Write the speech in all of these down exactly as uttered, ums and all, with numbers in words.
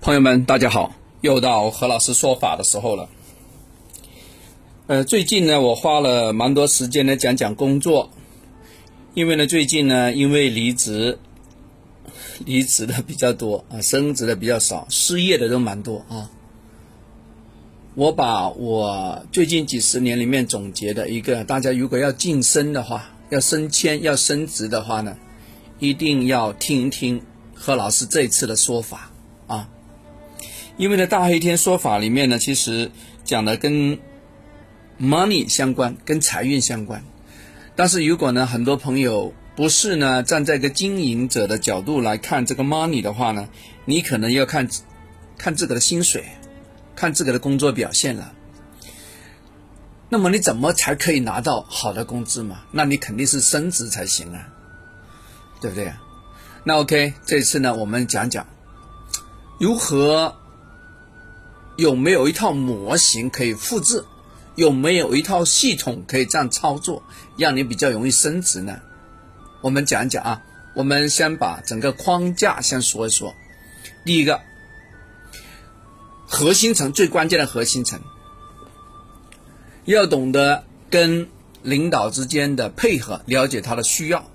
朋友们大家好，又到何老师说法的时候了。呃，最近呢我花了蛮多时间呢讲讲工作，因为呢最近呢因为离职离职的比较多啊，升职的比较少，失业的都蛮多啊。我把我最近几十年里面总结的一个，大家如果要晋升的话，要升迁要升职的话呢，一定要听一听何老师这一次的说法啊。因为呢大黑天说法里面呢其实讲的跟 money 相关，跟财运相关，但是如果呢很多朋友不是呢站在一个经营者的角度来看这个 money 的话呢，你可能要看看这个的薪水，看这个的工作表现了。那么你怎么才可以拿到好的工资嘛？那你肯定是升职才行啊，对不对？那 OK， 这次呢我们讲讲如何，有没有一套模型可以复制，有没有一套系统可以这样操作，让你比较容易升职呢？我们讲一讲啊，我们先把整个框架先说一说。第一个，核心层，最关键的核心层，要懂得跟领导之间的配合，了解他的需要。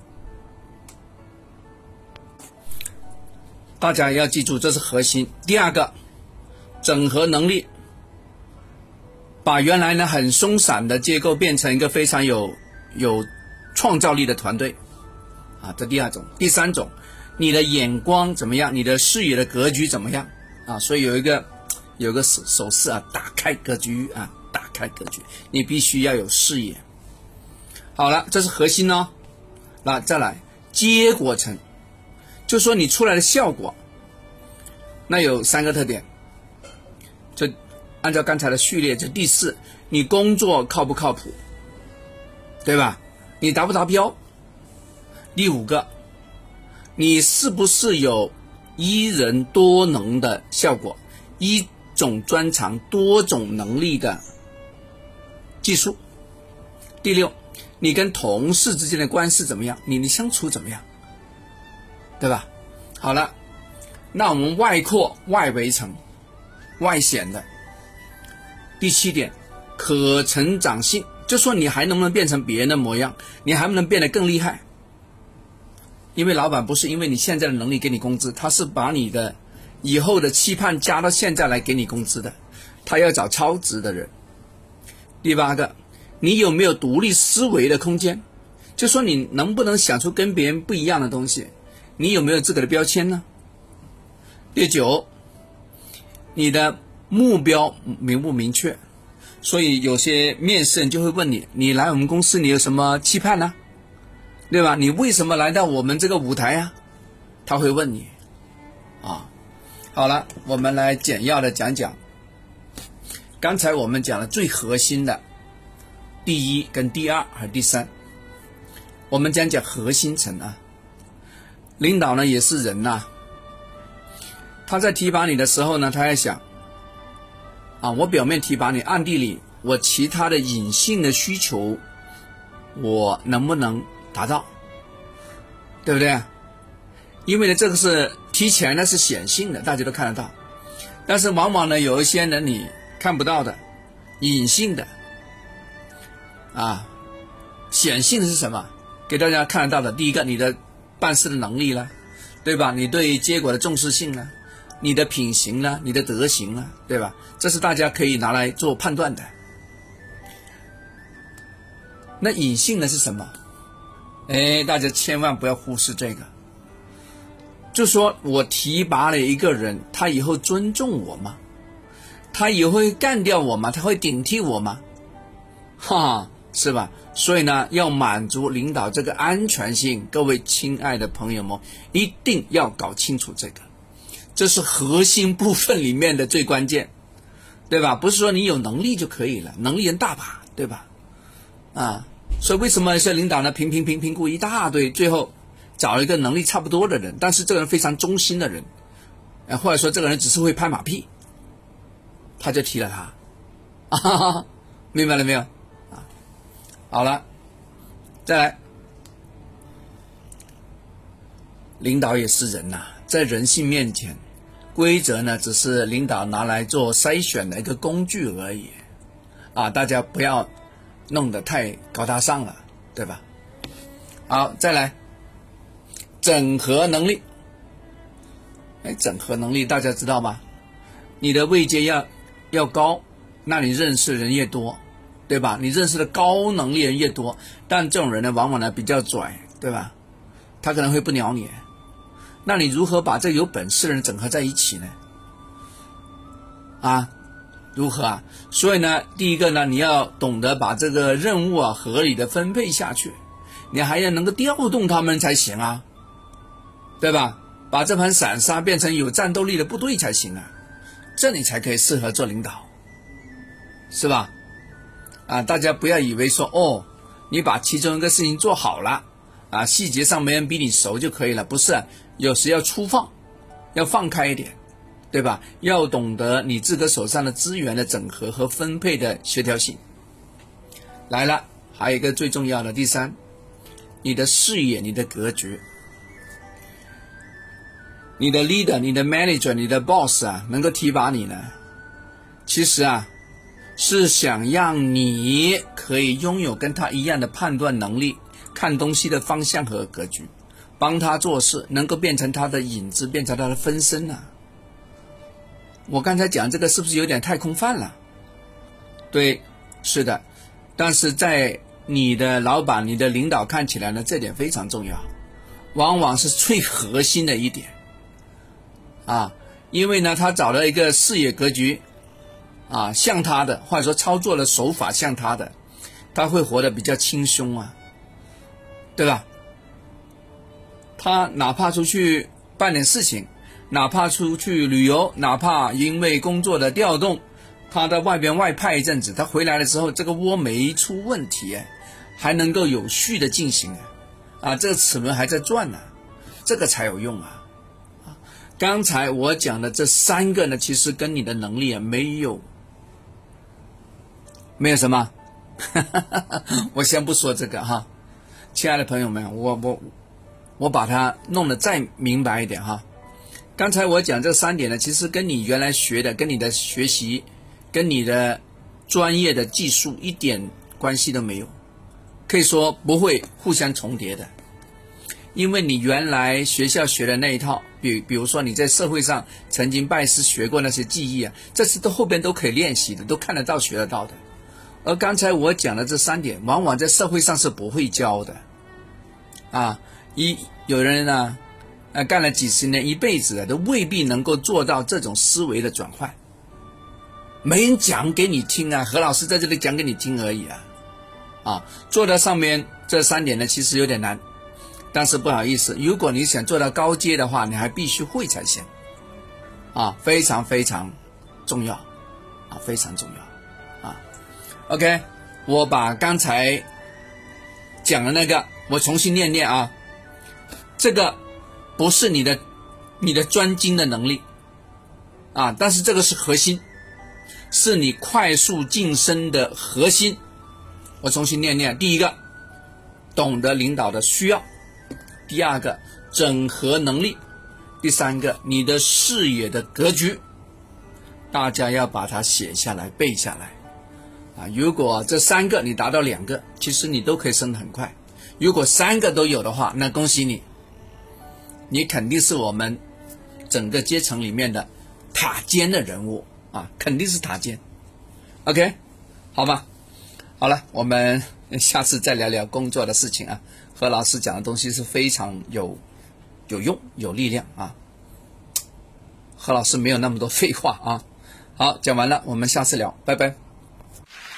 大家要记住，这是核心。第二个，整合能力，把原来呢很松散的结构变成一个非常有有创造力的团队啊，这第二种。第三种，你的眼光怎么样，你的视野的格局怎么样啊？所以有一个有一个手手势啊，打开格局啊，打开格局，你必须要有视野。好了，这是核心哦。那再来结果层，就说你出来的效果，那有三个特点，就按照刚才的序列，这第四，你工作靠不靠谱，对吧？你达不达标？第五个，你是不是有一人多能的效果，一种专长多种能力的技术？第六，你跟同事之间的关系怎么样，你的相处怎么样，对吧？好了，那我们外扩外围层，外显的第七点，可成长性，就说你还能不能变成别人的模样，你还不能变得更厉害。因为老板不是因为你现在的能力给你工资，他是把你的以后的期盼加到现在来给你工资的，他要找超值的人。第八个，你有没有独立思维的空间，就说你能不能想出跟别人不一样的东西，你有没有这个的标签呢？第九，你的目标明不明确，所以有些面试人就会问你，你来我们公司你有什么期盼呢？对吧？你为什么来到我们这个舞台啊？他会问你啊。好了，我们来简要的讲讲刚才我们讲了最核心的第一跟第二还是第三，我们讲讲核心层啊。领导呢也是人呐、啊，他在提拔你的时候呢，他在想啊，我表面提拔你，暗地里我其他的隐性的需求我能不能达到，对不对？因为呢这个是提前呢是显性的，大家都看得到，但是往往呢有一些人你看不到的，隐性的啊。显性的是什么？给大家看得到的，第一个，你的办事的能力啦，对吧？你对结果的重视性啦，你的品行啦，你的德行啦，对吧？这是大家可以拿来做判断的。那隐性的是什么？哎，大家千万不要忽视这个。就说我提拔了一个人，他以后尊重我吗？他以后会干掉我吗？他会顶替我吗？哈，是吧？所以呢，要满足领导这个安全性，各位亲爱的朋友们，一定要搞清楚这个，这是核心部分里面的最关键，对吧？不是说你有能力就可以了，能力人大把，对吧？啊，所以为什么一些领导呢评评评评估一大堆，最后找一个能力差不多的人，但是这个人非常忠心的人，或者说这个人只是会拍马屁，他就提了他，啊哈哈，明白了没有？啊，好了，再来，领导也是人呐、啊，在人性面前， 规则呢只是领导拿来做筛选的一个工具而已啊，大家不要弄得太高大上了，对吧？好，再来整合能力。哎，整合能力大家知道吗？你的位阶要要高，那你认识的人越多，对吧？你认识的高能力人越多，但这种人呢往往呢比较拽，对吧？他可能会不鸟你，那你如何把这有本事的人整合在一起呢？啊，如何啊？所以呢，第一个呢，你要懂得把这个任务啊合理的分配下去，你还要能够调动他们才行啊，对吧？把这盘散沙变成有战斗力的部队才行啊，这你才可以适合做领导，是吧？啊，大家不要以为说哦，你把其中一个事情做好了啊，细节上没人比你熟就可以了，不是，有时要粗放，要放开一点，对吧？要懂得你自个手上的资源的整合和分配的协调性。来了，还有一个最重要的，第三，你的视野，你的格局。你的 leader， 你的 manager， 你的 boss 啊，能够提拔你呢，其实啊，是想让你可以拥有跟他一样的判断能力，看东西的方向和格局，帮他做事，能够变成他的影子，变成他的分身啊。我刚才讲这个是不是有点太空泛了？对，是的，但是在你的老板、你的领导看起来呢，这点非常重要，往往是最核心的一点。啊，因为呢，他找了一个视野格局，啊，像他的，或者说操作的手法像他的，他会活得比较轻松啊，对吧？他哪怕出去办点事情，哪怕出去旅游，哪怕因为工作的调动，他在外边外派一阵子，他回来的时候，这个窝没出问题，还能够有序的进行啊，这个齿轮还在转呢，这个才有用啊。刚才我讲的这三个呢，其实跟你的能力啊没有没有什么我先不说这个哈，亲爱的朋友们，我我我把它弄得再明白一点哈。刚才我讲这三点呢，其实跟你原来学的，跟你的学习，跟你的专业的技术一点关系都没有，可以说不会互相重叠的。因为你原来学校学的那一套，比比如说你在社会上曾经拜师学过那些技艺啊，这次都后边都可以练习的，都看得到学得到的。而刚才我讲的这三点，往往在社会上是不会教的啊。一有人呢，呃，干了几十年一辈子的，都未必能够做到这种思维的转换，没人讲给你听啊，何老师在这里讲给你听而已啊。啊，做到上面这三点呢，其实有点难。但是不好意思，如果你想做到高阶的话，你还必须会才行啊，非常非常重要啊，非常重要啊。OK， 我把刚才讲的那个我重新念念啊，这个不是你的你的专精的能力啊，但是这个是核心，是你快速晋升的核心。我重新念念，第一个，懂得领导的需要。第二个，整合能力。第三个，你的视野的格局。大家要把它写下来背下来啊！如果这三个你达到两个，其实你都可以升得很快。如果三个都有的话，那恭喜你，你肯定是我们整个阶层里面的塔尖的人物啊，肯定是塔尖。OK， 好吧，好了，我们下次再聊聊工作的事情啊。何老师讲的东西是非常有有用有力量啊，何老师没有那么多废话啊。好，讲完了，我们下次聊，拜拜。